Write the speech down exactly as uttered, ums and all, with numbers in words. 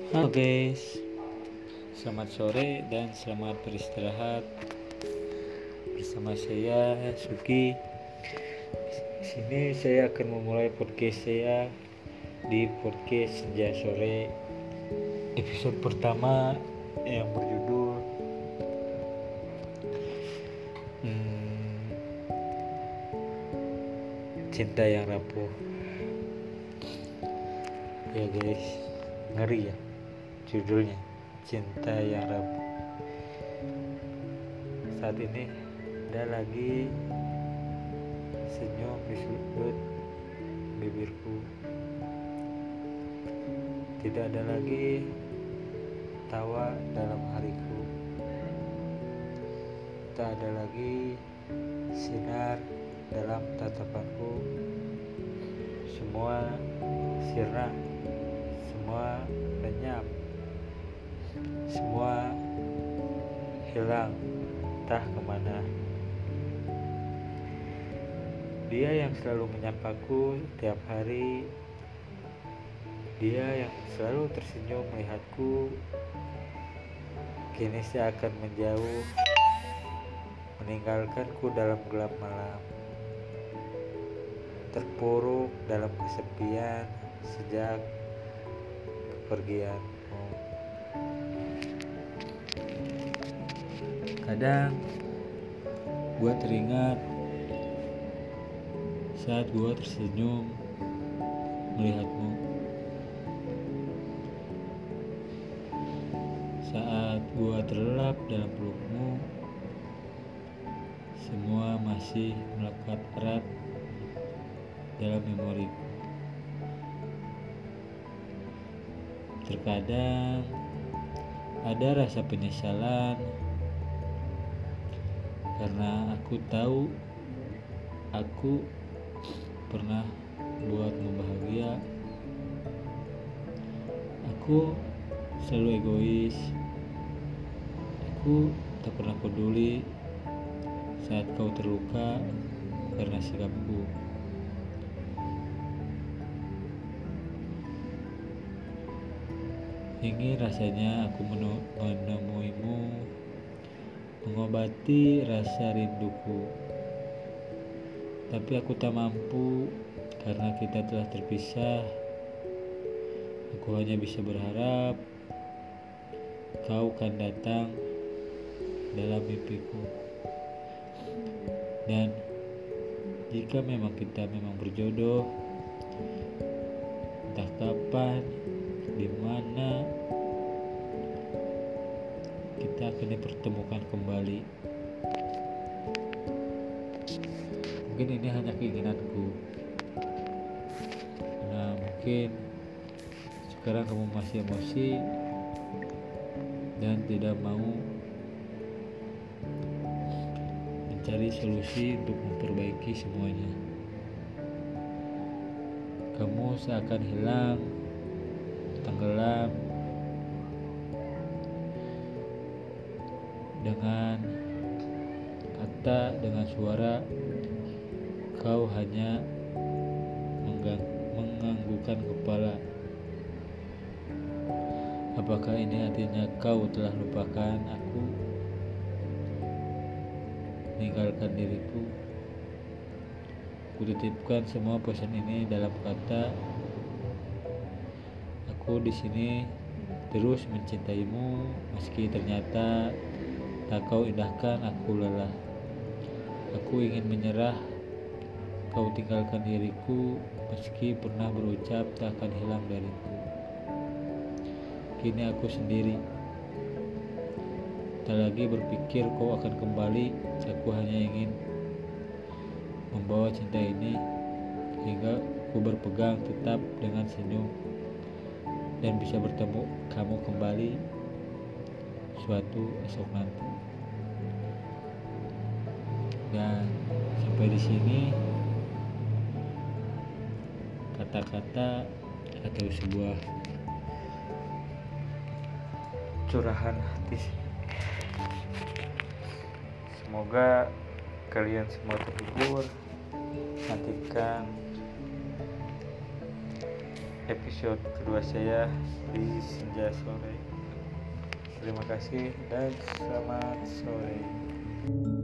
Halo guys, selamat sore dan selamat beristirahat bersama saya Suki. Di sini saya akan memulai podcast saya di podcast Senja Sore, episode pertama yang berjudul hmm, Cinta yang Rapuh. Ya guys, ngeri ya judulnya, Cinta yang Rapuh. Saat ini ada lagi senyum di sudut bibirku, tidak ada lagi tawa dalam hariku, tak ada lagi sinar dalam tatapanku. Semua sirna, semua lenyap, semua hilang entah kemana. Dia yang selalu menyapaku tiap hari, dia yang selalu tersenyum melihatku, kini seakan menjauh, meninggalkanku dalam gelap malam, terpuruk dalam kesepian sejak kepergianmu. Kadang gue teringat saat gue tersenyum melihatmu, saat gue terlelap dalam pelukmu. Semua masih melekat erat dalam memoriku. Terkadang ada rasa penyesalan karena aku tahu aku pernah buatmu bahagia. Aku selalu egois. Aku tak pernah peduli saat kau terluka karena sikapku. Ingin rasanya aku menemuimu, mengobati rasa rinduku, tapi aku tak mampu karena kita telah terpisah. Aku hanya bisa berharap kau akan datang dalam mimpiku. Dan jika memang kita memang berjodoh, entah kapan, di mana kita akan dipertemukan kembali. Mungkin ini hanya keinginanku. Nah, mungkin sekarang kamu masih emosi dan tidak mau mencari solusi untuk memperbaiki semuanya. Kamu seakan hilang, tenggelam dengan kata, dengan suara. Kau hanya menggang- menganggukkan kepala. Apakah ini artinya kau telah lupakan aku, meninggalkan diriku? Kutitipkan semua pesan ini dalam kata, aku di sini terus mencintaimu meski ternyata tak kau indahkan. Aku lelah, aku ingin menyerah. Kau tinggalkan diriku meski pernah berucap tak akan hilang dariku. Kini aku sendiri, tak lagi berpikir kau akan kembali. Aku hanya ingin membawa cinta ini hingga ku berpegang tetap dengan senyum dan bisa bertemu kamu kembali suatu esok nanti. Dan sampai di sini kata-kata atau sebuah curahan hati. Semoga kalian semua terhibur. Nantikan episode kedua saya di Senja Sore. Terima kasih dan selamat sore.